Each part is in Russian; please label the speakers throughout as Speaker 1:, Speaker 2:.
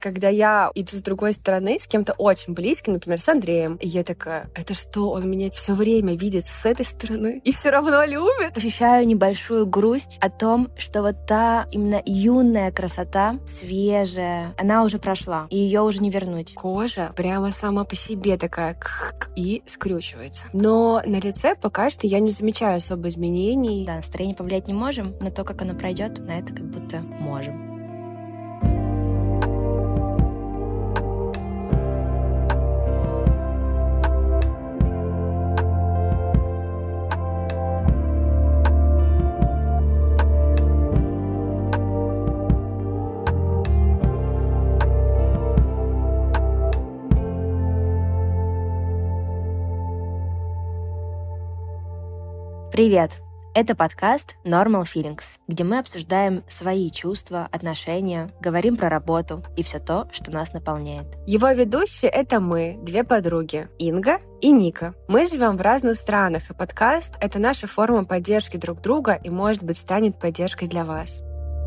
Speaker 1: Когда я иду с другой стороны, с кем-то очень близким, например, с Андреем, и я такая, это что, он меня все время видит с этой стороны и все равно любит?
Speaker 2: Ощущаю небольшую грусть о том, что вот та именно юная красота, свежая, она уже прошла, и ее уже не вернуть.
Speaker 1: Кожа прямо сама по себе такая и скрючивается. Но на лице пока что я не замечаю особо изменений.
Speaker 2: Да, настроение повлиять не можем, но то, как оно пройдет, на это как будто можем. Привет! Это подкаст Normal Feelings, где мы обсуждаем свои чувства, отношения, говорим про работу и все то, что нас наполняет.
Speaker 1: Его ведущие — это мы, две подруги, Инга и Ника. Мы живем в разных странах, и подкаст — это наша форма поддержки друг друга и, может быть, станет поддержкой для вас.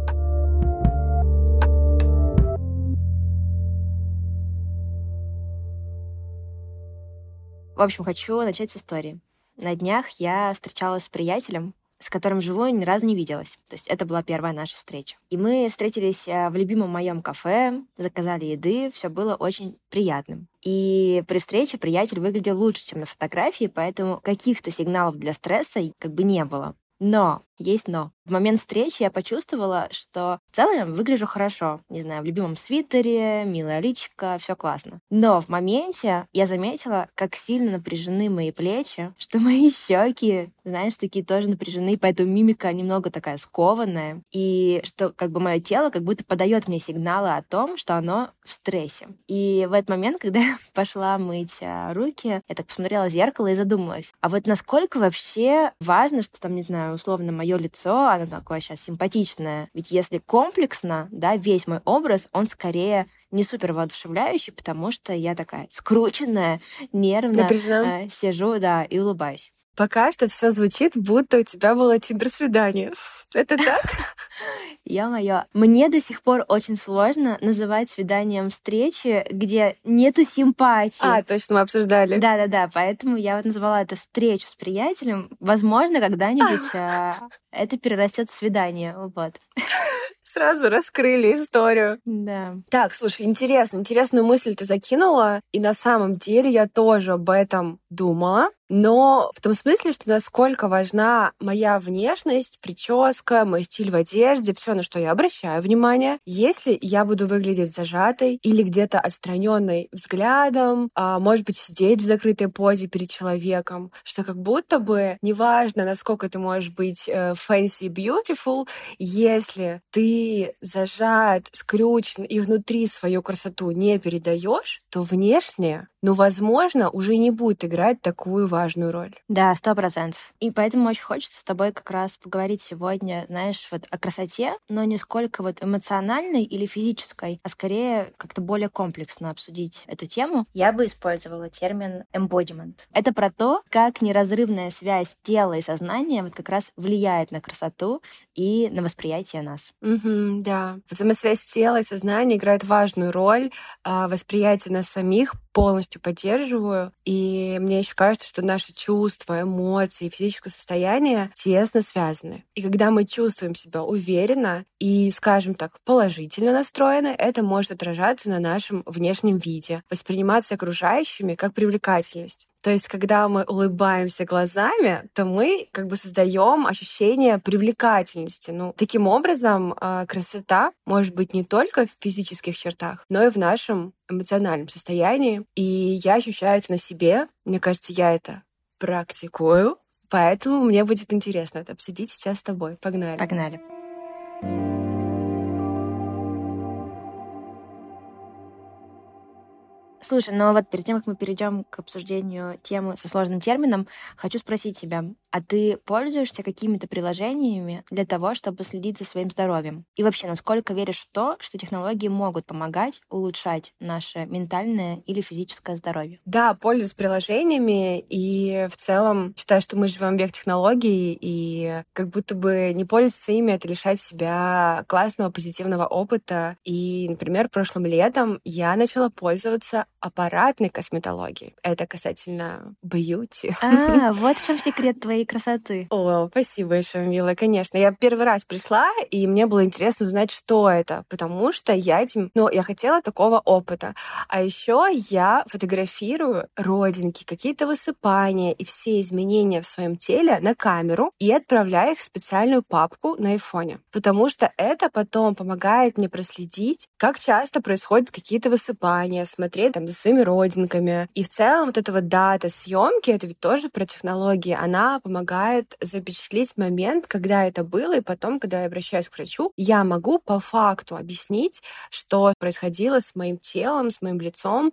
Speaker 2: В общем, хочу начать с истории. На днях я встречалась с приятелем, с которым живу и ни разу не виделась. То есть это была первая наша встреча. И мы встретились в любимом моем кафе, заказали еды, все было очень приятным. И при встрече приятель выглядел лучше, чем на фотографии, поэтому каких-то сигналов для стресса как бы не было. Но, есть но. В момент встречи я почувствовала, что в целом я выгляжу хорошо. Не знаю, в любимом свитере, милая личико, все классно. Но в моменте я заметила, как сильно напряжены мои плечи, что мои щеки, знаешь, такие тоже напряжены, поэтому мимика немного такая скованная. И что как бы мое тело как будто подает мне сигналы о том, что оно в стрессе. И в этот момент, когда я пошла мыть руки, я так посмотрела в зеркало и задумалась, а вот насколько вообще важно, что там, не знаю, условно, мое лицо, оно такое сейчас симпатичное. Ведь если комплексно, да, весь мой образ, он скорее не супер воодушевляющий, потому что я такая скрученная, нервно сижу, да, и улыбаюсь.
Speaker 1: Пока что все звучит, будто у тебя было тиндер-свидание. Это так?
Speaker 2: Ё-моё. Мне до сих пор очень сложно называть свиданием встречи, где нету симпатии.
Speaker 1: Точно, мы обсуждали.
Speaker 2: Да-да-да, поэтому я вот назвала это встречу с приятелем. Возможно, когда-нибудь это перерастет в свидание. Вот.
Speaker 1: Сразу раскрыли историю.
Speaker 2: Да.
Speaker 1: Так, слушай, интересную мысль ты закинула, и на самом деле я тоже об этом думала, но в том смысле, что насколько важна моя внешность, прическа, мой стиль в одежде, все, на что я обращаю внимание. Если я буду выглядеть зажатой или где-то отстраненной взглядом, может быть, сидеть в закрытой позе перед человеком, что как будто бы неважно, насколько ты можешь быть fancy beautiful, если ты зажат, скрючен и внутри свою красоту не передаешь, то внешне, возможно, уже не будет играть такую важную роль.
Speaker 2: Да, 100%. И поэтому очень хочется с тобой как раз поговорить сегодня, знаешь, вот о красоте, но не сколько вот эмоциональной или физической, а скорее как-то более комплексно обсудить эту тему. Я бы использовала термин embodiment. Это про то, как неразрывная связь тела и сознания вот как раз влияет на красоту и на восприятие нас.
Speaker 1: Да. Взаимосвязь тела и сознания играет важную роль. Восприятие нас самих полностью поддерживаю. И мне еще кажется, что наши чувства, эмоции, физическое состояние тесно связаны. И когда мы чувствуем себя уверенно и, скажем так, положительно настроены, это может отражаться на нашем внешнем виде, восприниматься окружающими как привлекательность. То есть, когда мы улыбаемся глазами, то мы как бы создаем ощущение привлекательности. Таким образом, красота может быть не только в физических чертах, но и в нашем эмоциональном состоянии. И я ощущаю это на себе. Мне кажется, я это практикую. Поэтому мне будет интересно это обсудить сейчас с тобой. Погнали.
Speaker 2: Погнали. Слушай, но вот перед тем, как мы перейдем к обсуждению темы со сложным термином, хочу спросить тебя, а ты пользуешься какими-то приложениями для того, чтобы следить за своим здоровьем? И вообще, насколько веришь в то, что технологии могут помогать улучшать наше ментальное или физическое здоровье?
Speaker 1: Да, пользуюсь приложениями, и в целом считаю, что мы живем в век технологий, и как будто бы не пользоваться ими — это лишать себя классного, позитивного опыта. И, например, прошлым летом я начала пользоваться аппаратной косметологией. Это касательно бьюти.
Speaker 2: Вот в чем секрет твоей красоты.
Speaker 1: О, спасибо большое, милая. Конечно, я первый раз пришла, и мне было интересно узнать, что это, потому что я хотела такого опыта. А еще я фотографирую родинки, какие-то высыпания и все изменения в своем теле на камеру и отправляю их в специальную папку на айфоне, потому что это потом помогает мне проследить, как часто происходят какие-то высыпания, смотреть там за своими родинками. И в целом вот эта вот дата съемки, это ведь тоже про технологии, она помогает запечатлеть момент, когда это было, и потом, когда я обращаюсь к врачу, я могу по факту объяснить, что происходило с моим телом, с моим лицом,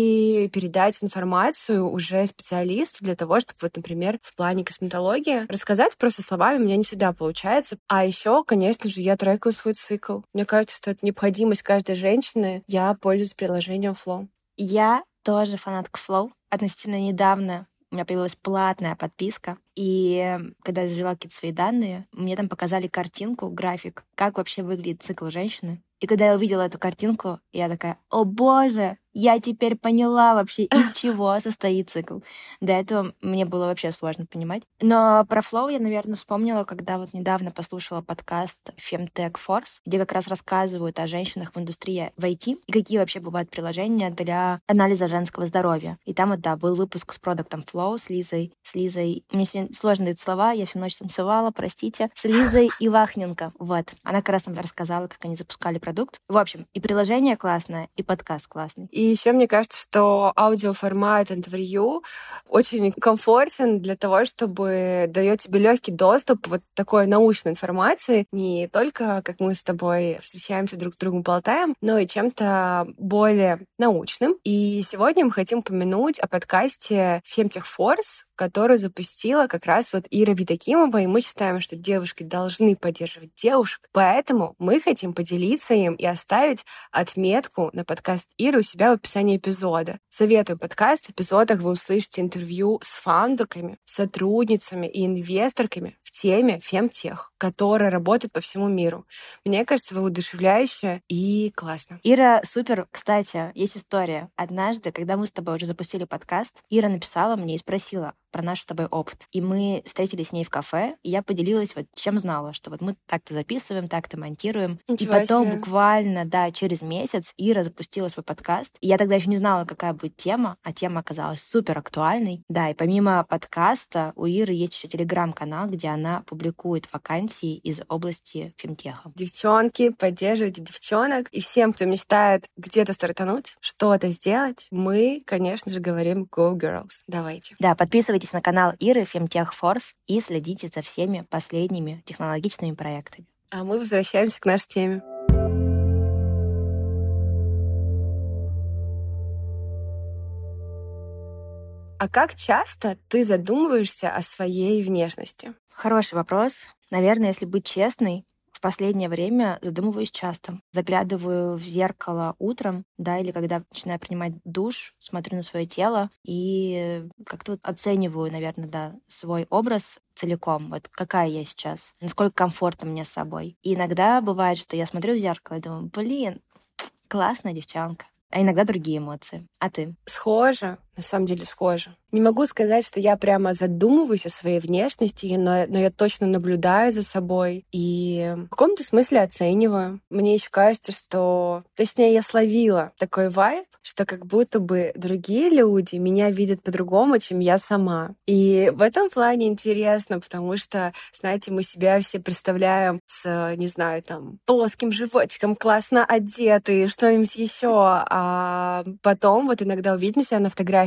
Speaker 1: и передать информацию уже специалисту для того, чтобы, вот, например, в плане косметологии рассказать просто словами у меня не всегда получается. А еще, конечно же, я трекаю свой цикл. Мне кажется, что это необходимость каждой женщины. Я пользуюсь приложением Flow.
Speaker 2: Я тоже фанатка Flow. Относительно недавно у меня появилась платная подписка, и когда я завела какие-то свои данные, мне там показали картинку, график, как вообще выглядит цикл женщины. И когда я увидела эту картинку, я такая: о боже, я теперь поняла вообще, из чего состоит цикл. До этого мне было вообще сложно понимать. Но про Flow я, наверное, вспомнила, когда вот недавно послушала подкаст Femtech Force, где как раз рассказывают о женщинах в индустрии в IT и какие вообще бывают приложения для анализа женского здоровья. И там вот, да, был выпуск с продуктом Flow, с Лизой. Мне сегодня сложно дают слова, я всю ночь танцевала, простите. С Лизой Ивахненко. Вот. Она как раз нам рассказала, как они запускали продукт. В общем, и приложение классное, и подкаст классный.
Speaker 1: И еще мне кажется, что аудиоформат интервью очень комфортен для того, чтобы дает тебе легкий доступ вот такой научной информации, не только как мы с тобой встречаемся друг с другом, болтаем, но и чем-то более научным. И сегодня мы хотим упомянуть о подкасте Femtech Force, который запустила как раз вот Ира Видакимова, и мы считаем, что девушки должны поддерживать девушек, поэтому мы хотим поделиться им и оставить отметку на подкаст Иры у себя в описании эпизода. Советую подкаст. В эпизодах вы услышите интервью с фаундерками, сотрудницами и инвесторками в теме фемтех, которые работают по всему миру. Мне кажется, воодушевляюще и классно.
Speaker 2: Ира супер. Кстати, есть история. Однажды, когда мы с тобой уже запустили подкаст, Ира написала мне и спросила про наш с тобой опыт. И мы встретились с ней в кафе, и я поделилась вот чем знала, что вот мы так-то записываем, так-то монтируем.
Speaker 1: Ничего
Speaker 2: и потом
Speaker 1: себе.
Speaker 2: буквально, да, через месяц Ира запустила свой подкаст. И я тогда еще не знала, какая будет тема, а тема оказалась супер актуальной. Да, и помимо подкаста у Иры есть еще телеграм-канал, где она публикует вакансии из области фемтеха.
Speaker 1: Девчонки, поддерживайте девчонок. И всем, кто мечтает где-то стартануть, что-то сделать, мы, конечно же, говорим Go Girls. Давайте.
Speaker 2: Да, подписывайтесь на канал Иры Femtech Force и следите за всеми последними технологичными проектами.
Speaker 1: А мы возвращаемся к нашей теме. А как часто ты задумываешься о своей внешности?
Speaker 2: Хороший вопрос. Наверное, если быть честной, в последнее время задумываюсь часто. Заглядываю в зеркало утром, да, или когда начинаю принимать душ, смотрю на свое тело и как-то вот оцениваю, наверное, да, свой образ целиком. Вот какая я сейчас, насколько комфортно мне с собой. И иногда бывает, что я смотрю в зеркало и думаю: блин, классная девчонка. А иногда другие эмоции. А ты?
Speaker 1: Схоже, на самом деле схоже. Не могу сказать, что я прямо задумываюсь о своей внешности, но я точно наблюдаю за собой и в каком-то смысле оцениваю. Мне еще кажется, что... Точнее, я словила такой вайб, что как будто бы другие люди меня видят по-другому, чем я сама. И в этом плане интересно, потому что, знаете, мы себя все представляем с, не знаю, там, плоским животиком, классно одетые, что-нибудь еще. А потом вот иногда увидим себя на фотографии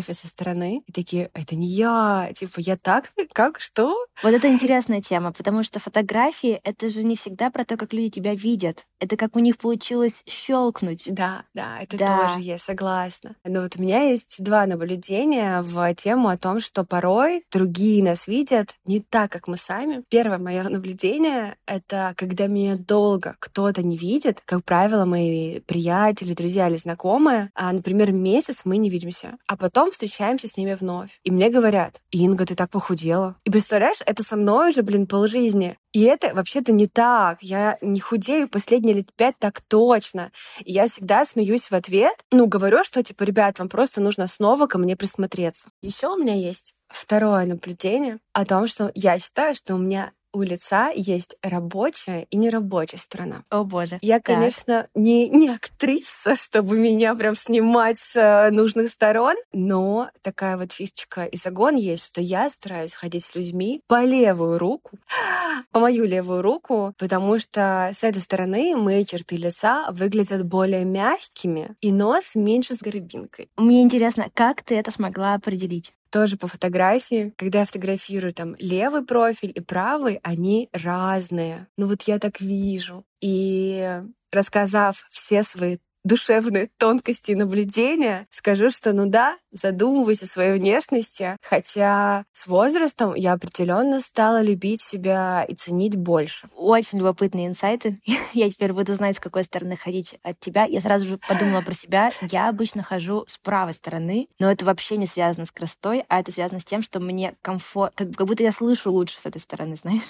Speaker 1: фотографии со стороны и такие: это не я, типа, я так, как, что?
Speaker 2: Вот это интересная тема, потому что фотографии — это же не всегда про то, как люди тебя видят. Это как у них получилось щелкнуть.
Speaker 1: Да, это тоже
Speaker 2: Да.
Speaker 1: я согласна. Но вот у меня есть два наблюдения в тему о том, что порой другие нас видят не так, как мы сами. Первое мое наблюдение — это когда меня долго кто-то не видит, как правило, мои приятели, друзья или знакомые, например, месяц мы не видимся, а потом встречаемся с ними вновь. И мне говорят: Инга, ты так похудела. И представляешь, это со мной уже, полжизни. И это вообще-то не так. Я не худею последние лет 5 так точно. И я всегда смеюсь в ответ. Говорю, что, типа, ребят, вам просто нужно снова ко мне присмотреться. Еще у меня есть второе наблюдение о том, что я считаю, что у лица есть рабочая и нерабочая сторона.
Speaker 2: О боже.
Speaker 1: Я,
Speaker 2: Так.
Speaker 1: конечно, не актриса, чтобы меня прям снимать с нужных сторон, но такая вот фишечка и загон есть, что я стараюсь ходить с людьми по левую руку, по мою левую руку, потому что с этой стороны мои черты лица выглядят более мягкими, и нос меньше с горбинкой.
Speaker 2: Мне интересно, как ты это смогла определить?
Speaker 1: Тоже по фотографии. Когда я фотографирую там левый профиль и правый, они разные. Вот я так вижу. И рассказав все свои душевные тонкости и наблюдения, скажу, что задумывайся о своей внешности. Хотя с возрастом я определенно стала любить себя и ценить больше.
Speaker 2: Очень любопытные инсайты. Я теперь буду знать, с какой стороны ходить от тебя. Я сразу же подумала про себя. Я обычно хожу с правой стороны, но это вообще не связано с красотой, а это связано с тем, что мне комфортно, как будто я слышу лучше с этой стороны, знаешь?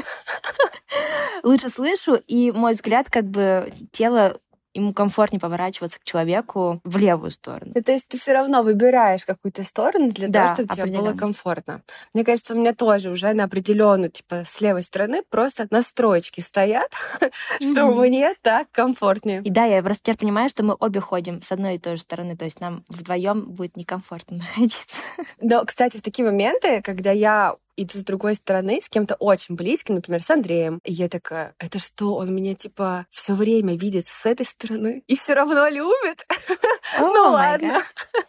Speaker 2: Лучше слышу, и мой взгляд, тело, ему комфортнее поворачиваться к человеку в левую сторону.
Speaker 1: То есть ты все равно выбираешь какую-то сторону для того, чтобы тебе было
Speaker 2: определенно.
Speaker 1: комфортно. Мне кажется, у меня тоже уже на определенную, с левой стороны просто настроечки стоят, что мне так комфортнее.
Speaker 2: И да, я просто теперь понимаю, что мы обе ходим с одной и той же стороны, то есть нам вдвоем будет некомфортно находиться.
Speaker 1: Но, кстати, в такие моменты, когда я иду с другой стороны, с кем-то очень близким, например, с Андреем, и я такая: это что, он меня все время видит с этой стороны и все равно любит? Ну ладно.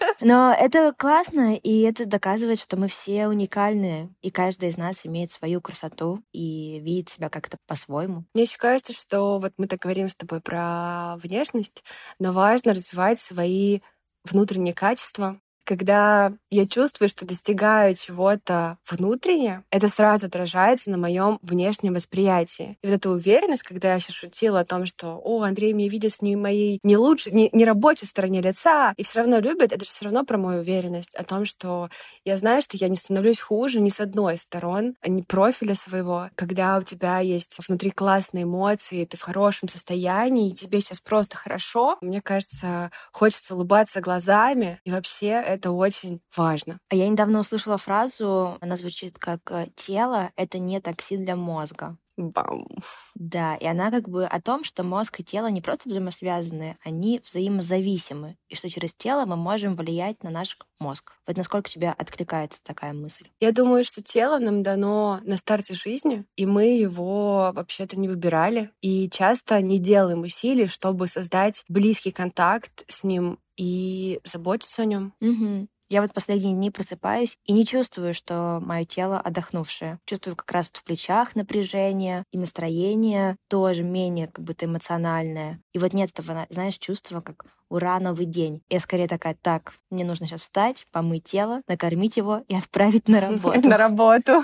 Speaker 2: Но это классно, и это доказывает, что мы все уникальные, и каждый из нас имеет свою красоту и видит себя как-то по-своему.
Speaker 1: Мне еще кажется, что вот мы так говорим с тобой про внешность, но важно развивать свои внутренние качества. Когда я чувствую, что достигаю чего-то внутренне, это сразу отражается на моем внешнем восприятии. И вот эта уверенность, когда я сейчас шутила о том, что Андрей меня видит с моей не лучшей, не рабочей стороне лица, и все равно любит, это же все равно про мою уверенность, о том, что я знаю, что я не становлюсь хуже ни с одной стороны, ни профиля своего. Когда у тебя есть внутри классные эмоции, ты в хорошем состоянии, и тебе сейчас просто хорошо, мне кажется, хочется улыбаться глазами, и вообще это очень важно.
Speaker 2: А я недавно услышала фразу, она звучит как «тело — это не такси для мозга».
Speaker 1: Бам.
Speaker 2: Да, и она о том, что мозг и тело не просто взаимосвязаны, они взаимозависимы, и что через тело мы можем влиять на наш мозг. Вот насколько тебе откликается такая мысль?
Speaker 1: Я думаю, что тело нам дано на старте жизни, и мы его вообще-то не выбирали, и часто не делаем усилий, чтобы создать близкий контакт с ним и заботиться о нем.
Speaker 2: Угу. Я вот последние дни просыпаюсь и не чувствую, что мое тело отдохнувшее. Чувствую как раз в плечах напряжение, и настроение тоже менее эмоциональное. И вот нет этого, знаешь, чувства, как «Ура, новый день». Я скорее такая: так, мне нужно сейчас встать, помыть тело, накормить его и отправить на работу.
Speaker 1: На работу.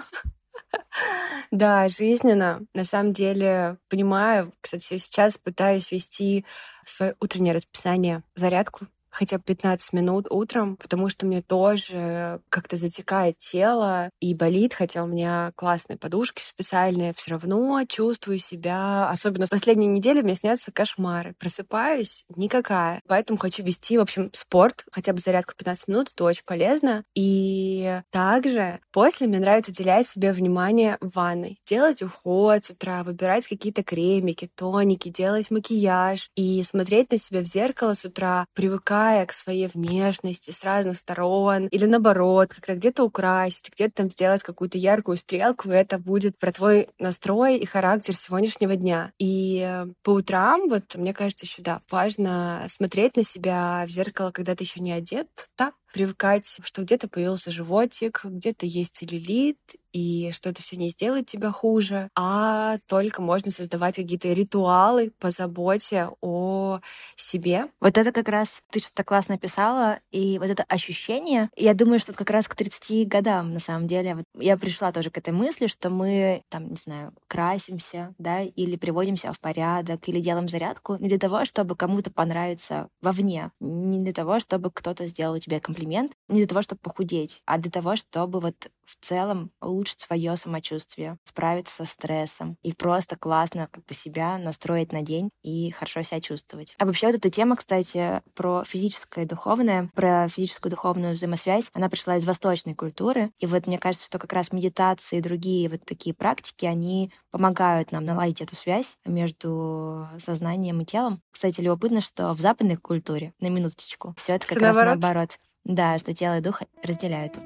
Speaker 1: Да, жизненно. На самом деле, понимаю, кстати, сейчас пытаюсь вести свое утреннее расписание, зарядку, хотя бы 15 минут утром, потому что мне тоже как-то затекает тело и болит, хотя у меня классные подушки специальные, все равно чувствую себя, особенно в последние недели мне снятся кошмары. Просыпаюсь никакая. Поэтому хочу вести, в общем, спорт, хотя бы зарядку 15 минут, это очень полезно. И также после мне нравится уделять себе внимание в ванной, делать уход с утра, выбирать какие-то кремики, тоники, делать макияж и смотреть на себя в зеркало с утра, привыкать к своей внешности с разных сторон, или наоборот, как-то где-то украсить, где-то там сделать какую-то яркую стрелку, и это будет про твой настрой и характер сегодняшнего дня. И по утрам, вот, мне кажется, еще, да, важно смотреть на себя в зеркало, когда ты еще не одет, привыкать, что где-то появился животик, где-то есть целлюлит, и что это все не сделает тебя хуже, а только можно создавать какие-то ритуалы по заботе о себе.
Speaker 2: Вот это как раз ты что-то классно писала, и вот это ощущение, я думаю, что как раз к 30 годам, на самом деле, вот я пришла тоже к этой мысли, что мы, там, не знаю, красимся, да, или приводим себя в порядок, или делаем зарядку не для того, чтобы кому-то понравиться вовне, не для того, чтобы кто-то сделал тебе комплимент, не для того, чтобы похудеть, а для того, чтобы вот в целом улучшить свое самочувствие, справиться со стрессом и просто классно как бы себя настроить на день и хорошо себя чувствовать. А вообще вот эта тема, кстати, про физическое и духовное, про физическую и духовную взаимосвязь, она пришла из восточной культуры. И вот мне кажется, что как раз медитации и другие вот такие практики, они помогают нам наладить эту связь между сознанием и телом. Кстати, любопытно, что в западной культуре, на минуточку, все это как раз наоборот. Да, что тело и дух разделяют.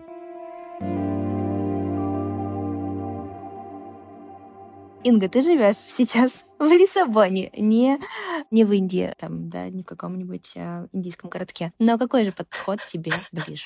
Speaker 2: Инга, ты живешь сейчас в Лиссабоне, не в Индии, там, да, не в каком-нибудь индийском городке. Но какой же подход тебе ближе?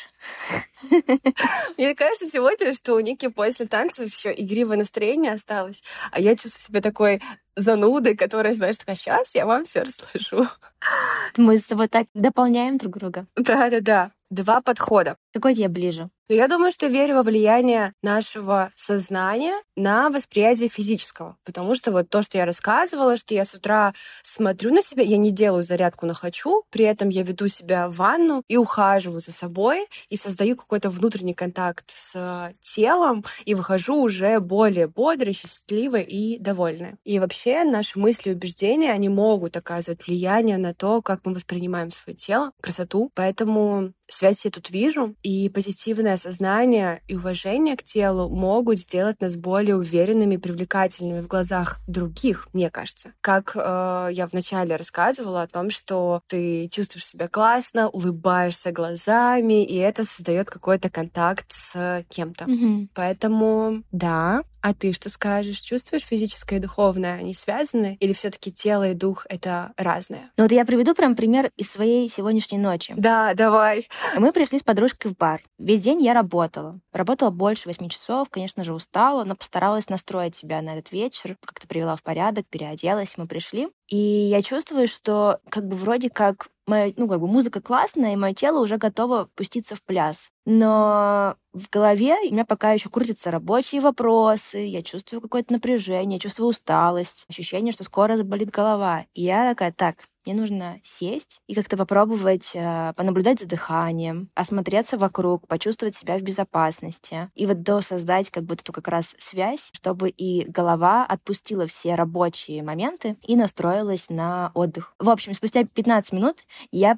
Speaker 1: Мне кажется сегодня, что у Ники после танцев еще игривое настроение осталось, а я чувствую себя такой занудой, которая, знаешь, такая, сейчас я вам все расскажу.
Speaker 2: Мы с тобой так дополняем друг друга.
Speaker 1: Да. 2 подхода.
Speaker 2: Какой тебе ближе?
Speaker 1: Я думаю, что верю во влияние нашего сознания на восприятие физического. Потому что вот то, что я рассказывала, что я с утра смотрю на себя, я не делаю зарядку на хочу, при этом я веду себя в ванну и ухаживаю за собой, и создаю какой-то внутренний контакт с телом, и выхожу уже более бодрой, счастливой и довольной. И вообще наши мысли и убеждения, они могут оказывать влияние на то, как мы воспринимаем свое тело, красоту. Поэтому связь я тут вижу, и позитивное сознание и уважение к телу могут сделать нас более уверенными и привлекательными в глазах других, мне кажется. Как я вначале рассказывала о том, что ты чувствуешь себя классно, улыбаешься глазами, и это создает какой-то контакт с кем-то. Поэтому да. А ты что скажешь? Чувствуешь, физическое и духовное, они связаны? Или все-таки тело и дух — это разное?
Speaker 2: Ну вот я приведу прям пример из своей сегодняшней ночи.
Speaker 1: Да, давай.
Speaker 2: Мы пришли с подружкой в бар. Весь день я работала. Работала больше 8 часов, конечно же, устала, но постаралась настроить себя на этот вечер. Как-то привела в порядок, переоделась, мы пришли. И я чувствую, что как бы вроде как моя, музыка классная, и мое тело уже готово пуститься в пляс. Но в голове у меня пока еще крутятся рабочие вопросы, я чувствую какое-то напряжение, чувствую усталость, ощущение, что скоро заболит голова. И я такая, мне нужно сесть и как-то попробовать понаблюдать за дыханием, осмотреться вокруг, почувствовать себя в безопасности. И вот создать как будто эту как раз связь, чтобы и голова отпустила все рабочие моменты и настроилась на отдых. В общем, спустя 15 минут я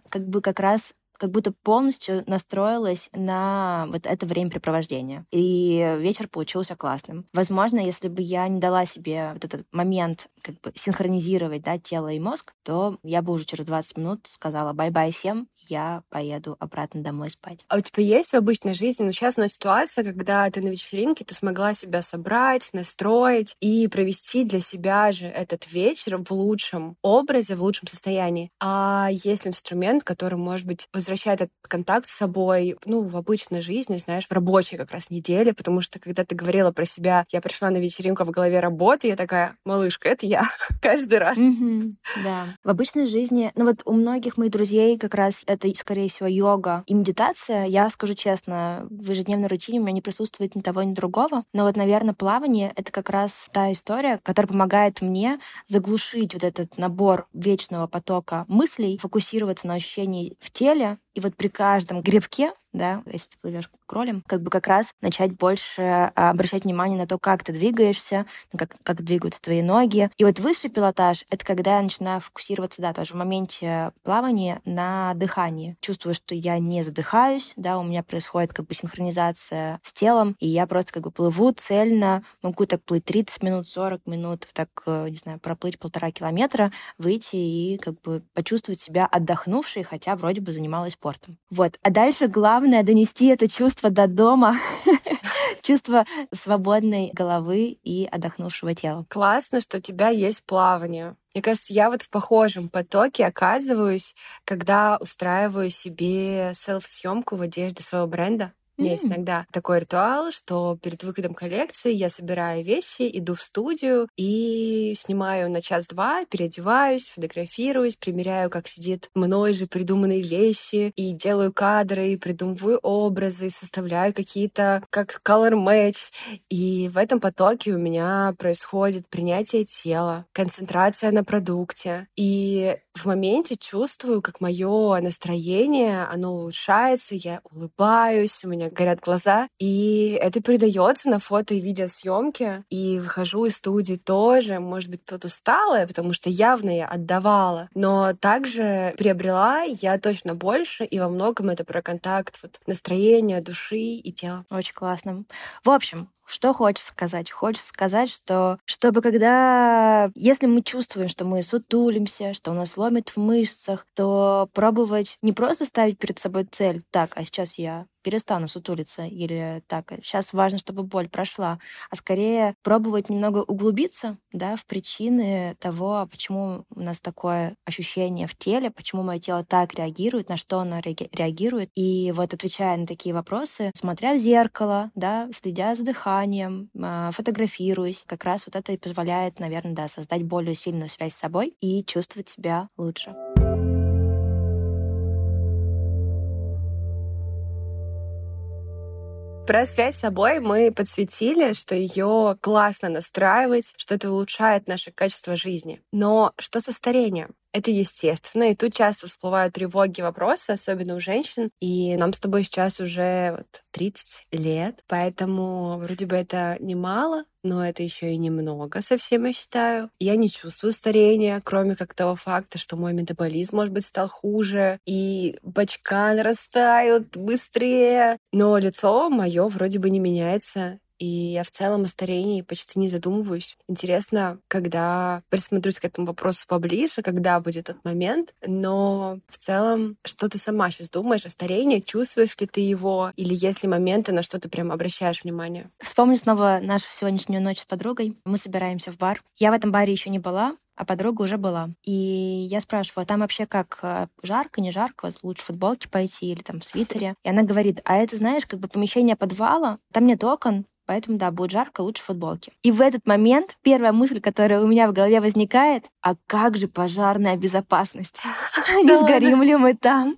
Speaker 2: как будто полностью настроилась на вот это времяпрепровождение. И вечер получился классным. Возможно, если бы я не дала себе вот этот момент как бы синхронизировать, да, тело и мозг, то я бы уже через 20 минут сказала бай-бай всем, я поеду обратно домой спать.
Speaker 1: А у тебя есть в обычной жизни несчастная ситуация, когда ты на вечеринке, ты смогла себя собрать, настроить и провести для себя же этот вечер в лучшем образе, в лучшем состоянии? А есть ли инструмент, который, может быть, возвращает этот контакт с собой, в обычной жизни, знаешь, в рабочей как раз неделе? Потому что, когда ты говорила про себя, я пришла на вечеринку, в голове работы, я такая, малышка, это я каждый раз.
Speaker 2: Да. В обычной жизни, у многих моих друзей как раз это, скорее всего, йога и медитация. Я скажу честно, в ежедневной рутине у меня не присутствует ни того, ни другого. Но наверное, плавание — это как раз та история, которая помогает мне заглушить вот этот набор вечного потока мыслей, фокусироваться на ощущении в теле. И вот при каждом гребке, да, если ты плывешь кролем, как раз начать больше обращать внимание на то, как ты двигаешься, как двигаются твои ноги. И вот высший пилотаж — это когда я начинаю фокусироваться, да, тоже в моменте плавания на дыхании. Чувствую, что я не задыхаюсь, да, у меня происходит синхронизация с телом, и я просто плыву цельно, могу так плыть 30 минут, 40 минут, проплыть 1,5 километра, выйти и почувствовать себя отдохнувшей, хотя вроде бы занималась спортом. Вот. А дальше главное — донести это чувство до дома Чувство свободной головы и отдохнувшего тела.
Speaker 1: Классно, что у тебя есть плавание. Мне кажется, я вот в похожем потоке оказываюсь, когда устраиваю себе селф-съемку в одежде своего бренда. У меня есть иногда такой ритуал, что перед выходом коллекции я собираю вещи, иду в студию и снимаю на час-два, переодеваюсь, фотографируюсь, примеряю, как сидит мной же придуманные вещи, и делаю кадры, и придумываю образы, составляю какие-то как color match. И в этом потоке у меня происходит принятие тела, концентрация на продукте. И в моменте чувствую, как мое настроение, оно улучшается, я улыбаюсь, у меня горят глаза, и это передается на фото и видеосъемке. И выхожу из студии тоже, может быть, подусталая, потому что явно я отдавала, но также приобрела я точно больше, и во многом это про контакт вот, настроения, души и тела.
Speaker 2: Очень классно. В общем, что хочется сказать? Хочется сказать, что чтобы когда... Если мы чувствуем, что мы сутулимся, что у нас ломит в мышцах, то пробовать не просто ставить перед собой цель, так, а сейчас я перестану сутулиться, или так, сейчас важно, чтобы боль прошла, а скорее пробовать немного углубиться, да, в причины того, почему у нас такое ощущение в теле, почему мое тело так реагирует, на что оно реагирует. И вот отвечая на такие вопросы, смотря в зеркало, да, следя за дыханием, фотографируясь, как раз вот это и позволяет, наверное, да, создать более сильную связь с собой и чувствовать себя лучше.
Speaker 1: Про связь с собой мы подсветили, что ее классно настраивать, что это улучшает наше качество жизни. Но что со старением? Это естественно, и тут часто всплывают тревоги, вопросы, особенно у женщин. И нам с тобой сейчас уже 30 лет, поэтому вроде бы это немало, но это еще и немного совсем, я считаю. Я не чувствую старения, кроме как того факта, что мой метаболизм, может быть, стал хуже, и бочка нарастают быстрее. Но лицо мое вроде бы не меняется. И я в целом о старении почти не задумываюсь. Интересно, когда присмотрюсь к этому вопросу поближе, когда будет тот момент. Но в целом, что ты сама сейчас думаешь о старении? Чувствуешь ли ты его? Или есть ли моменты, на что ты прям обращаешь внимание?
Speaker 2: Вспомню снова нашу сегодняшнюю ночь с подругой. Мы собираемся в бар. Я в этом баре еще не была, а подруга уже была. И я спрашиваю, а там вообще как, жарко, не жарко? Лучше в футболке пойти или там в свитере? И она говорит, а это, знаешь, как бы помещение подвала, там нет окон, поэтому, да, будет жарко, лучше в футболке. И в этот момент первая мысль, которая у меня в голове возникает, а как же пожарная безопасность? Не сгорим ли мы там?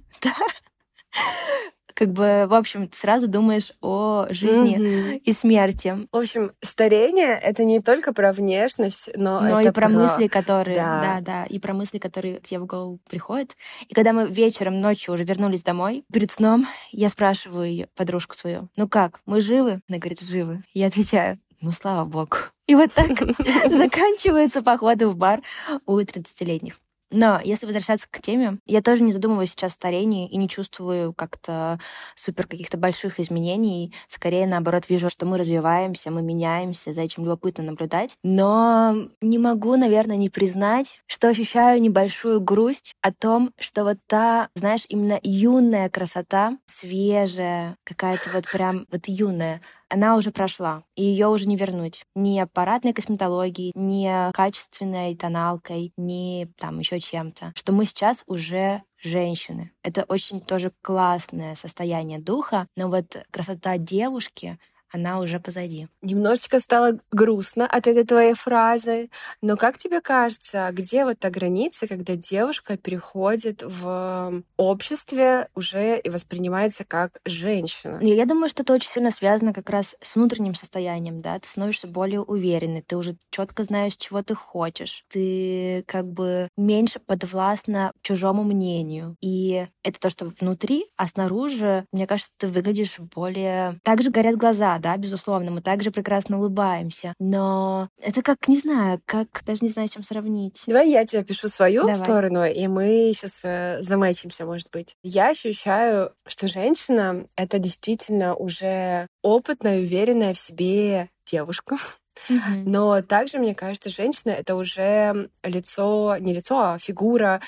Speaker 2: Как бы, в общем, ты сразу думаешь о жизни и смерти.
Speaker 1: В общем, старение — это не только про внешность, но это
Speaker 2: и про мысли, которые... Да, и про мысли, которые к тебе в голову приходят. И когда мы вечером, ночью уже вернулись домой, перед сном я спрашиваю ее, подружку свою, ну как, мы живы? Она говорит, живы. Я отвечаю, ну, слава богу. И вот так заканчиваются походы в бар у 30-летних. Но если возвращаться к теме, я тоже не задумываюсь сейчас о старении и не чувствую как-то супер каких-то больших изменений. Скорее, наоборот, вижу, что мы развиваемся, мы меняемся, за этим любопытно наблюдать. Но не могу, наверное, не признать, что ощущаю небольшую грусть о том, что вот та, знаешь, именно юная красота, свежая, какая-то вот прям вот юная, она уже прошла, и ее уже не вернуть. Ни аппаратной косметологией, ни качественной тоналкой, ни там еще чем-то. Что мы сейчас уже женщины. Это очень тоже классное состояние духа, но вот красота девушки, она уже позади.
Speaker 1: Немножечко стало грустно от этой твоей фразы, но как тебе кажется, где вот та граница, когда девушка переходит в обществе уже и воспринимается как женщина?
Speaker 2: Я думаю, что это очень сильно связано как раз с внутренним состоянием, да, ты становишься более уверенной, ты уже четко знаешь, чего ты хочешь, ты как бы меньше подвластна чужому мнению, и это то, что внутри, а снаружи, мне кажется, ты выглядишь более... Также горят глаза, да, безусловно, мы также прекрасно улыбаемся, но это как, не знаю, как, даже не знаю, с чем сравнить.
Speaker 1: Давай я тебе пишу свою
Speaker 2: Давай.
Speaker 1: сторону, и мы сейчас замэчимся, может быть. Я ощущаю, что женщина — это действительно уже опытная, уверенная в себе девушка.
Speaker 2: Мгм.
Speaker 1: Но также, мне кажется, женщина — это уже лицо, не лицо, а фигура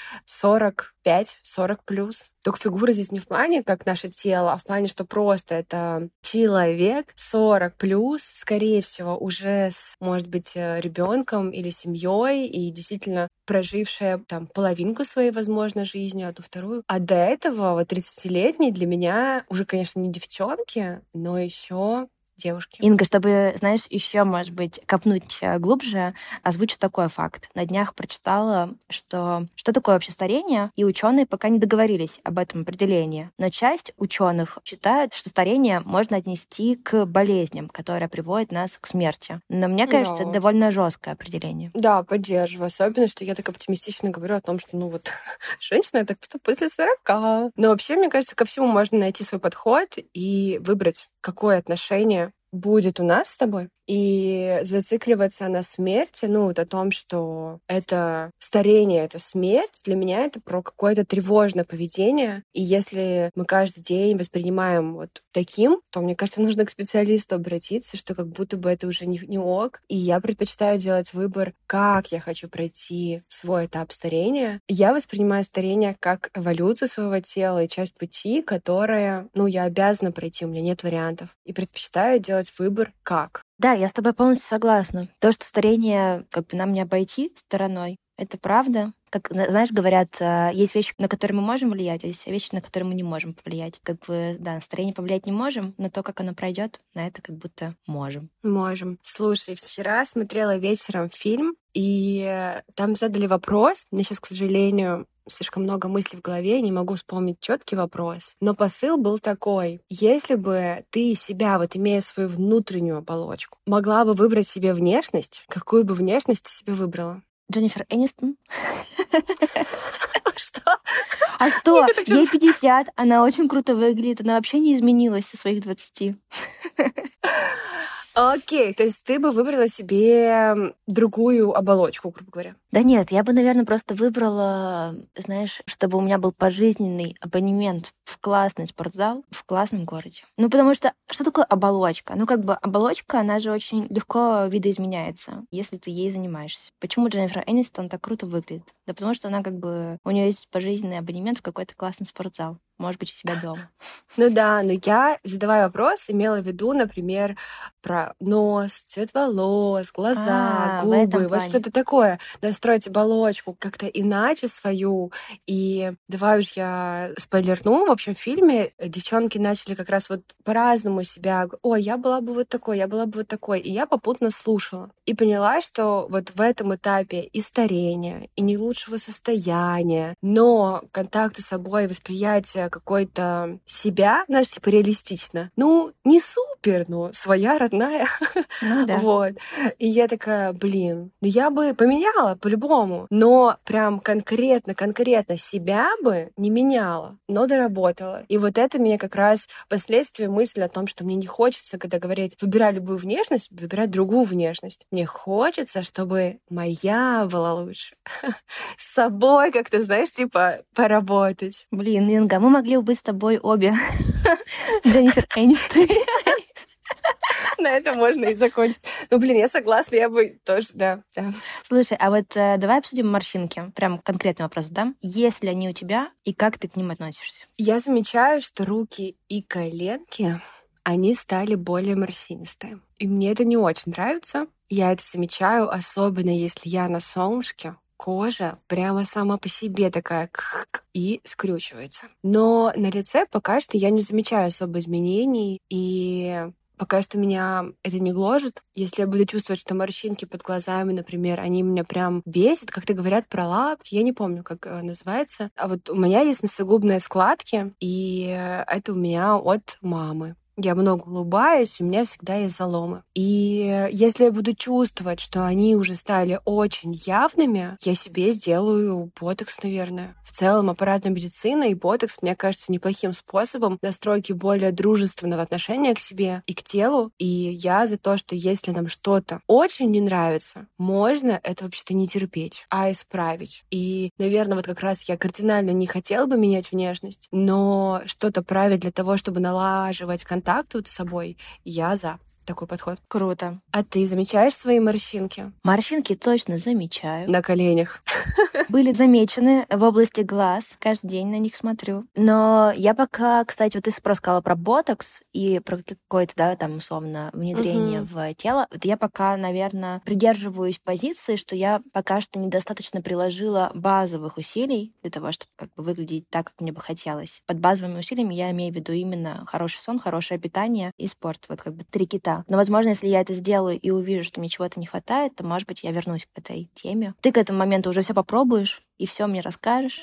Speaker 1: 45-40 плюс. Только фигура здесь не в плане, как наше тело, а в плане, что просто это человек 40 плюс, скорее всего, уже с, может быть, ребенком или семьей, и действительно прожившая там половинку своей, возможно, жизни, одну вторую. А до этого вот 30-летние для меня уже, конечно, не девчонки, но еще девушки.
Speaker 2: Инга, чтобы, знаешь, еще, может быть, копнуть глубже, озвучу такой факт. На днях прочитала, что такое вообще старение, и ученые пока не договорились об этом определении. Но часть ученых считают, что старение можно отнести к болезням, которые приводят нас к смерти. Но мне кажется, это
Speaker 1: Да.
Speaker 2: довольно жесткое определение.
Speaker 1: Да, поддерживаю. Особенно, что я так оптимистично говорю о том, что, ну вот, женщина — это кто-то после 40. Но вообще, мне кажется, ко всему можно найти свой подход и выбрать, какое отношение будет у нас с тобой, и зацикливаться на смерти, ну, вот о том, что это старение, это смерть, для меня это про какое-то тревожное поведение. И если мы каждый день воспринимаем вот таким, то, мне кажется, нужно к специалисту обратиться, что как будто бы это уже не ок. И я предпочитаю делать выбор, как я хочу пройти свой этап старения. Я воспринимаю старение как эволюцию своего тела и часть пути, которая, ну, я обязана пройти, у меня нет вариантов. И предпочитаю делать выбор, как.
Speaker 2: Да, я с тобой полностью согласна. То, что старение как бы нам не обойти стороной, это правда. Как, знаешь, говорят, есть вещи, на которые мы можем влиять, а есть вещи, на которые мы не можем повлиять. Как бы, да, на старение повлиять не можем, но то, как оно пройдет, на это как будто можем.
Speaker 1: Можем. Слушай, вчера смотрела вечером фильм, и там задали вопрос. Мне сейчас, к сожалению, слишком много мыслей в голове, я не могу вспомнить четкий вопрос. Но посыл был такой: если бы ты себя, вот имея свою внутреннюю оболочку, могла бы выбрать себе внешность, какую бы внешность ты себе выбрала?
Speaker 2: Дженнифер Энистон.
Speaker 1: Что?
Speaker 2: А что? Ей 50, она очень круто выглядит, она вообще не изменилась со своих 20.
Speaker 1: Окей, то есть ты бы выбрала себе другую оболочку, грубо говоря.
Speaker 2: Да нет, я бы, наверное, просто выбрала, знаешь, чтобы у меня был пожизненный абонемент в классный спортзал в классном городе. Ну, потому что такое оболочка? Ну, как бы оболочка, она же очень легко видоизменяется, если ты ей занимаешься. Почему Дженнифер Энистон так круто выглядит? Да потому что она как бы... У нее есть пожизненный абонемент в какой-то классный спортзал. Может быть, у себя дома.
Speaker 1: Ну да, но я, задавая вопрос, имела в виду, например, про нос, цвет волос, глаза,
Speaker 2: В этом
Speaker 1: губы, вот
Speaker 2: плане.
Speaker 1: что-то такое. Настроить оболочку как-то иначе свою. И давай уж я спойлерну. В общем, в фильме девчонки начали как раз вот по-разному себя. Ой, я была бы вот такой, я была бы вот такой. И я попутно слушала. И поняла, что вот в этом этапе и старения, и не лучшего состояния, но контакта с собой, восприятие какой-то себя, знаешь, типа реалистично. Ну, не супер, но своя, родная.
Speaker 2: Ну да.
Speaker 1: Вот. И я такая, блин, ну я бы поменяла по-любому, но прям конкретно себя бы не меняла, но доработала. И вот это меня как раз впоследствии мысль о том, что мне не хочется, когда говорят, выбирай любую внешность, выбирать другую внешность. Мне хочется, чтобы моя была лучше. С собой как-то, знаешь, типа поработать.
Speaker 2: Блин, Инга, мы могли бы быть с тобой обе Дженнифер Энистон.
Speaker 1: На этом можно и закончить. Ну, блин, я согласна, я бы тоже, да.
Speaker 2: Слушай, а вот давай обсудим морщинки. Прям конкретный вопрос задам. Есть ли они у тебя, и как ты к ним относишься?
Speaker 1: Я замечаю, что руки и коленки, они стали более морщинистые. И мне это не очень нравится. Я это замечаю, особенно если я на солнышке. Кожа прямо сама по себе такая и скрючивается. Но на лице пока что я не замечаю особо изменений, и пока что меня это не гложет. Если я буду чувствовать, что морщинки под глазами, например, они меня прям бесят, как-то говорят про лапки, я не помню, как называется. А вот у меня есть носогубные складки, и это у меня от мамы. Я много улыбаюсь, у меня всегда есть заломы. И если я буду чувствовать, что они уже стали очень явными, я себе сделаю ботокс, наверное. В целом, аппаратная медицина и ботокс, мне кажется, неплохим способом настройки более дружественного отношения к себе и к телу. И я за то, что если нам что-то очень не нравится, можно это вообще-то не терпеть, а исправить. И, наверное, вот как раз я кардинально не хотела бы менять внешность, но что-то править для того, чтобы налаживать контакт вот с собой, я за. такой подход.
Speaker 2: Круто.
Speaker 1: А ты замечаешь свои морщинки?
Speaker 2: Морщинки точно замечаю.
Speaker 1: На коленях.
Speaker 2: Были замечены в области глаз. Каждый день на них смотрю. Но я пока, кстати, вот ты сказала про ботокс и про какое-то, да, там, условно, внедрение в тело. Вот я пока, наверное, придерживаюсь позиции, что я пока что недостаточно приложила базовых усилий для того, чтобы как бы выглядеть так, как мне бы хотелось. Под базовыми усилиями я имею в виду именно хороший сон, хорошее питание и спорт. Вот как бы 3 кита. Но, возможно, если я это сделаю и увижу, что мне чего-то не хватает, то, может быть, я вернусь к этой теме. Ты к этому моменту уже все попробуешь и все мне расскажешь.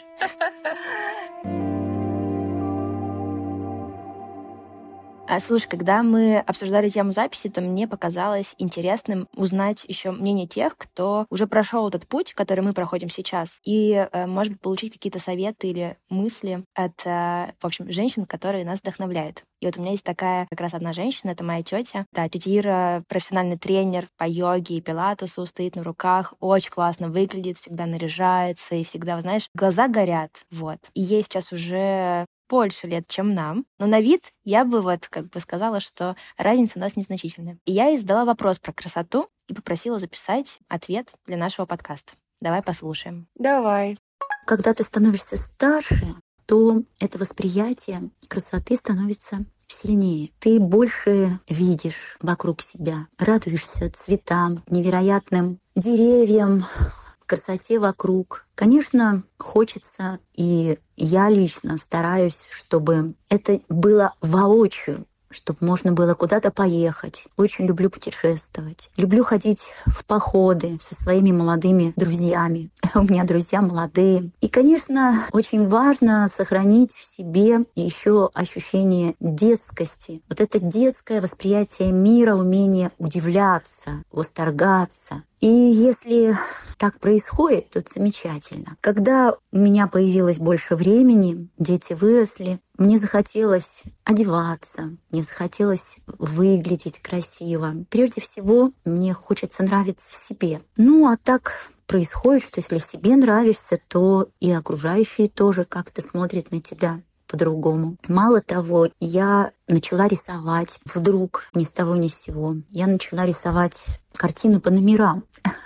Speaker 2: Слушай, когда мы обсуждали тему записи, то мне показалось интересным узнать еще мнение тех, кто уже прошел этот путь, который мы проходим сейчас, и, может быть, получить какие-то советы или мысли от, в общем, женщин, которые нас вдохновляют. И вот у меня есть такая как раз одна женщина, это моя тетя. Да, тетя Ира, профессиональный тренер по йоге и пилатесу, стоит на руках, очень классно выглядит, всегда наряжается и всегда, знаешь, глаза горят. Вот. И ей сейчас уже больше лет, чем нам. Но на вид я бы вот как бы сказала, что разница у нас незначительная. И я ей задала вопрос про красоту и попросила записать ответ для нашего подкаста. Давай послушаем.
Speaker 1: Давай.
Speaker 3: Когда ты становишься старше, то это восприятие красоты становится сильнее. Ты больше видишь вокруг себя, радуешься цветам, невероятным деревьям, красоте вокруг. Конечно, хочется, и я лично стараюсь, чтобы это было воочию, чтобы можно было куда-то поехать. Очень люблю путешествовать. Люблю ходить в походы со своими молодыми друзьями. У меня друзья молодые. И, конечно, очень важно сохранить в себе еще ощущение детскости. Вот это детское восприятие мира, умение удивляться, восторгаться. И если так происходит, то это замечательно. Когда у меня появилось больше времени, дети выросли, мне захотелось одеваться, мне захотелось выглядеть красиво. Прежде всего, мне хочется нравиться себе. Ну, а так происходит, что если себе нравишься, то и окружающие тоже как-то смотрят на тебя по-другому. Мало того, я начала рисовать вдруг, ни с того ни с сего. Я начала рисовать картины по номерам.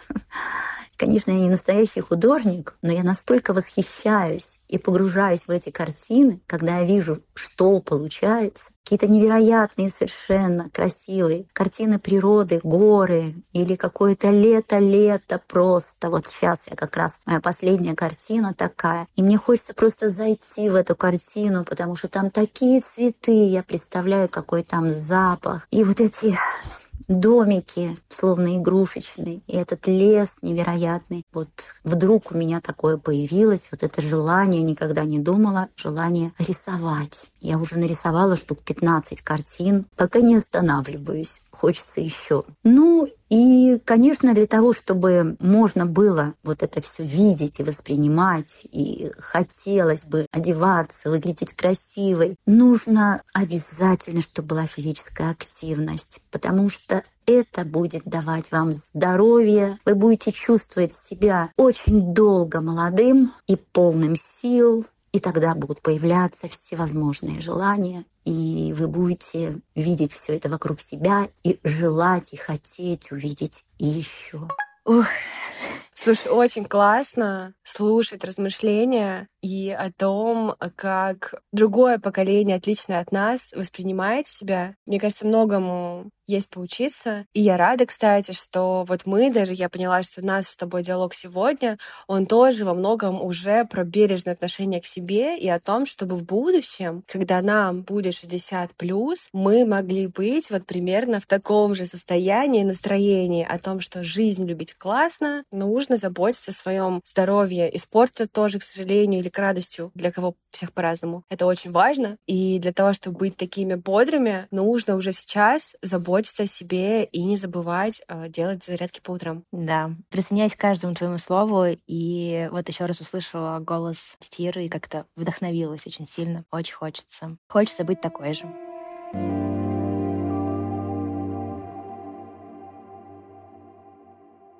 Speaker 3: Конечно, я не настоящий художник, но я настолько восхищаюсь и погружаюсь в эти картины, когда я вижу, что получается. Какие-то невероятные, совершенно красивые картины природы, горы или какое-то лето просто. Вот сейчас я как раз, моя последняя картина такая. И мне хочется просто зайти в эту картину, потому что там такие цветы, я представляю, какой там запах. И вот эти домики, словно игрушечные, и этот лес невероятный. Вот вдруг у меня такое появилось, вот это желание, никогда не думала, желание рисовать. Я уже нарисовала штук 15 картин, пока не останавливаюсь, хочется еще. Ну и, конечно, для того, чтобы можно было вот это все видеть и воспринимать, и хотелось бы одеваться, выглядеть красивой, нужно обязательно, чтобы была физическая активность, потому что это будет давать вам здоровье, вы будете чувствовать себя очень долго молодым и полным сил, и тогда будут появляться всевозможные желания, и вы будете видеть все это вокруг себя и желать, и хотеть увидеть еще.
Speaker 1: Ух, слушай, очень классно слушать размышления и о том, как другое поколение, отличное от нас, воспринимает себя. Мне кажется, многому есть поучиться. И я рада, кстати, что вот мы даже, я поняла, что наш с тобой диалог сегодня, он тоже во многом уже про бережное отношение к себе и о том, чтобы в будущем, когда нам будет 60+, мы могли быть вот примерно в таком же состоянии, настроении о том, что жизнь любить классно, нужно заботиться о своем здоровье. И спорт тоже, к сожалению, или к радостью, для кого всех по-разному. Это очень важно. И для того, чтобы быть такими бодрыми, нужно уже сейчас заботиться о себе и не забывать делать зарядки по утрам.
Speaker 2: Да, присоединяюсь к каждому твоему слову, и вот еще раз услышала голос тети Иры и как-то вдохновилась очень сильно. Очень хочется. Хочется быть такой же.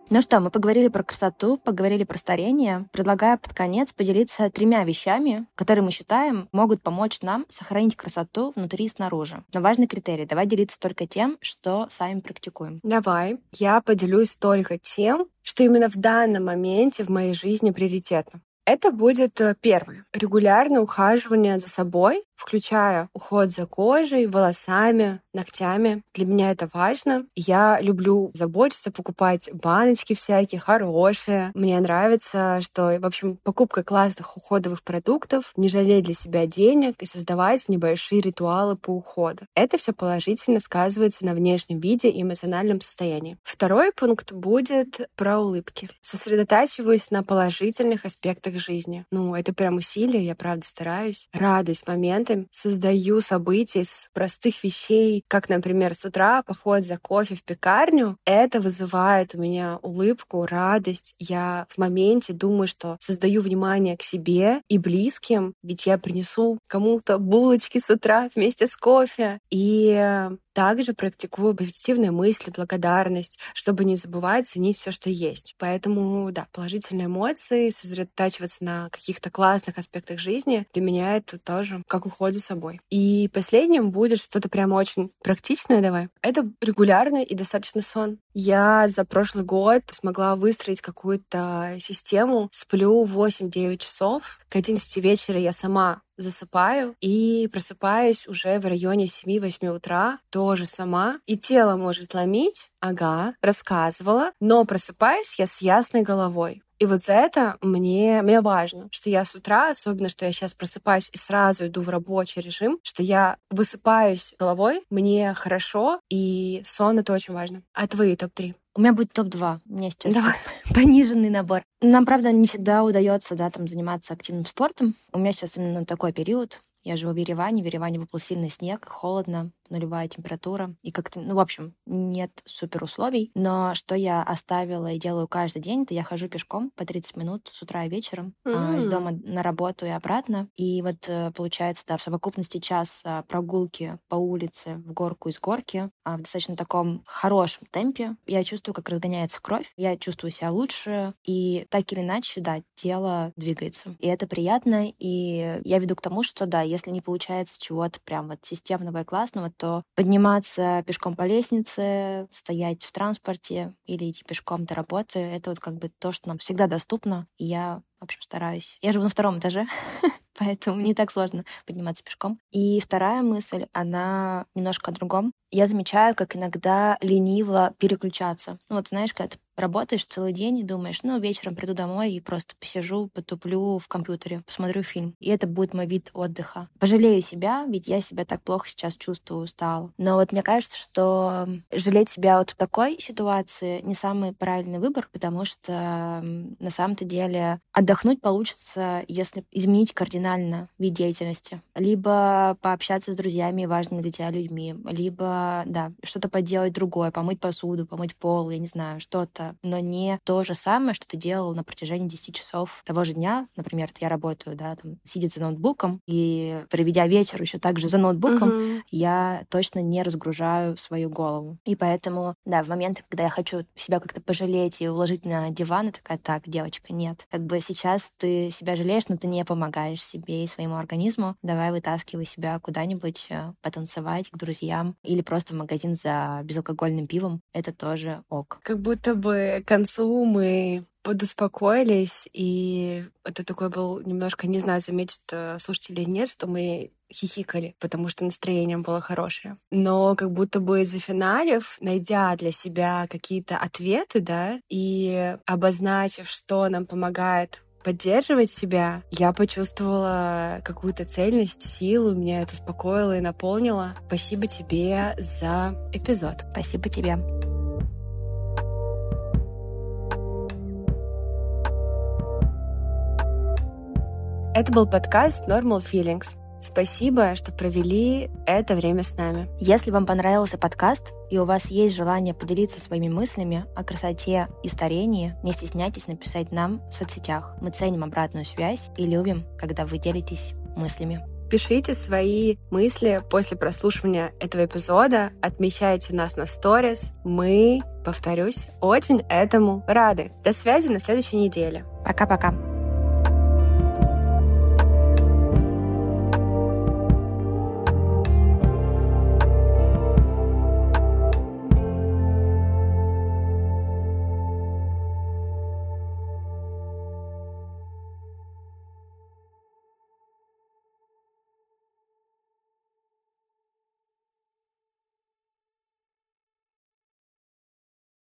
Speaker 2: Ну что, мы поговорили про красоту, поговорили про старение. Предлагаю под конец поделиться 3 вещами, которые мы считаем могут помочь нам сохранить красоту внутри и снаружи. Но важный критерий — давай делиться только тем, что сами практикуем.
Speaker 1: Давай. Я поделюсь только тем, что именно в данном моменте в моей жизни приоритетно. Это будет первое. Регулярное ухаживание за собой, включая уход за кожей, волосами, ногтями. Для меня это важно. Я люблю заботиться, покупать баночки всякие, хорошие. Мне нравится, что, в общем, покупка классных уходовых продуктов, не жалеть для себя денег и создавать небольшие ритуалы по уходу. Это все положительно сказывается на внешнем виде и эмоциональном состоянии. Второй пункт будет про улыбки. Сосредотачиваюсь на положительных аспектах жизни. Это прям усилие, я правда стараюсь. Радуюсь моментам, создаю события из простых вещей, как, например, с утра поход за кофе в пекарню. Это вызывает у меня улыбку, радость. Я в моменте думаю, что создаю внимание к себе и близким, ведь я принесу кому-то булочки с утра вместе с кофе. И также практикую позитивные мысли, благодарность, чтобы не забывать ценить все, что есть. Поэтому, да, положительные эмоции, сосредотачиваться на каких-то классных аспектах жизни, для меня это тоже как уход за собой. И последним будет что-то прямо очень практичное, давай. Это регулярный и достаточно сон. Я за прошлый год смогла выстроить какую-то систему. Сплю 8-9 часов. К 11 вечера я сама засыпаю и просыпаюсь уже в районе 7-8 утра, тоже сама. И тело может ломить, рассказывала, но просыпаюсь я с ясной головой. И вот за это мне важно, что я с утра, особенно, что я сейчас просыпаюсь и сразу иду в рабочий режим, что я высыпаюсь головой, мне хорошо, и сон — это очень важно. А твои топ-3?
Speaker 2: У меня будет топ-2. У меня сейчас пониженный набор. Нам, правда, не всегда удается, заниматься активным спортом. У меня сейчас именно такой период. Я живу в Ереване. В Ереване выпал сильный снег, холодно, нулевая температура. И как-то, в общем, нет супер условий. Но что я оставила и делаю каждый день, это я хожу пешком по 30 минут с утра и вечером из дома на работу и обратно. И вот получается, в совокупности час прогулки по улице в горку из горки в достаточно таком хорошем темпе. Я чувствую, как разгоняется кровь. Я чувствую себя лучше. И так или иначе, тело двигается. И это приятно. И я веду к тому, что, если не получается чего-то прям системного и классного, то подниматься пешком по лестнице, стоять в транспорте или идти пешком до работы — это то, что нам всегда доступно. И я, в общем, стараюсь. Я живу на 2-м этаже, поэтому не так сложно подниматься пешком. И вторая мысль, она немножко о другом. Я замечаю, как иногда лениво переключаться. Знаешь, когда ты работаешь целый день и думаешь, вечером приду домой и просто посижу, потуплю в компьютере, посмотрю фильм. И это будет мой вид отдыха. Пожалею себя, ведь я себя так плохо сейчас чувствую, устала. Но мне кажется, что жалеть себя в такой ситуации не самый правильный выбор, потому что на самом-то деле отдохнуть получится, если изменить кардинально вид деятельности. Либо пообщаться с друзьями и важными для тебя людьми, либо, что-то поделать другое, помыть посуду, помыть пол, я не знаю, что-то, но не то же самое, что ты делал на протяжении 10 часов того же дня. Например, я работаю, сидя за ноутбуком, и проведя вечер еще также за ноутбуком, я точно не разгружаю свою голову. И поэтому, в моменты, когда я хочу себя как-то пожалеть и уложить на диван, я такая: так, девочка, нет. Сейчас ты себя жалеешь, но ты не помогаешь себе и своему организму. Давай вытаскивай себя куда-нибудь потанцевать к друзьям или просто в магазин за безалкогольным пивом. Это тоже ок.
Speaker 1: Как будто бы к концу мы подуспокоились, и это такой был немножко, не знаю, заметят слушатели или нет, что мы хихикали, потому что настроение было хорошее. Но как будто бы зафиналив, найдя для себя какие-то ответы, и обозначив, что нам помогает поддерживать себя, я почувствовала какую-то цельность, силу, меня это успокоило и наполнило. Спасибо тебе за эпизод.
Speaker 2: Спасибо тебе.
Speaker 1: Это был подкаст Normal Feelings. Спасибо, что провели это время с нами.
Speaker 2: Если вам понравился подкаст, и у вас есть желание поделиться своими мыслями о красоте и старении, не стесняйтесь написать нам в соцсетях. Мы ценим обратную связь и любим, когда вы делитесь мыслями.
Speaker 1: Пишите свои мысли после прослушивания этого эпизода, отмечайте нас на сторис. Мы, повторюсь, очень этому рады. До связи на следующей неделе.
Speaker 2: Пока-пока.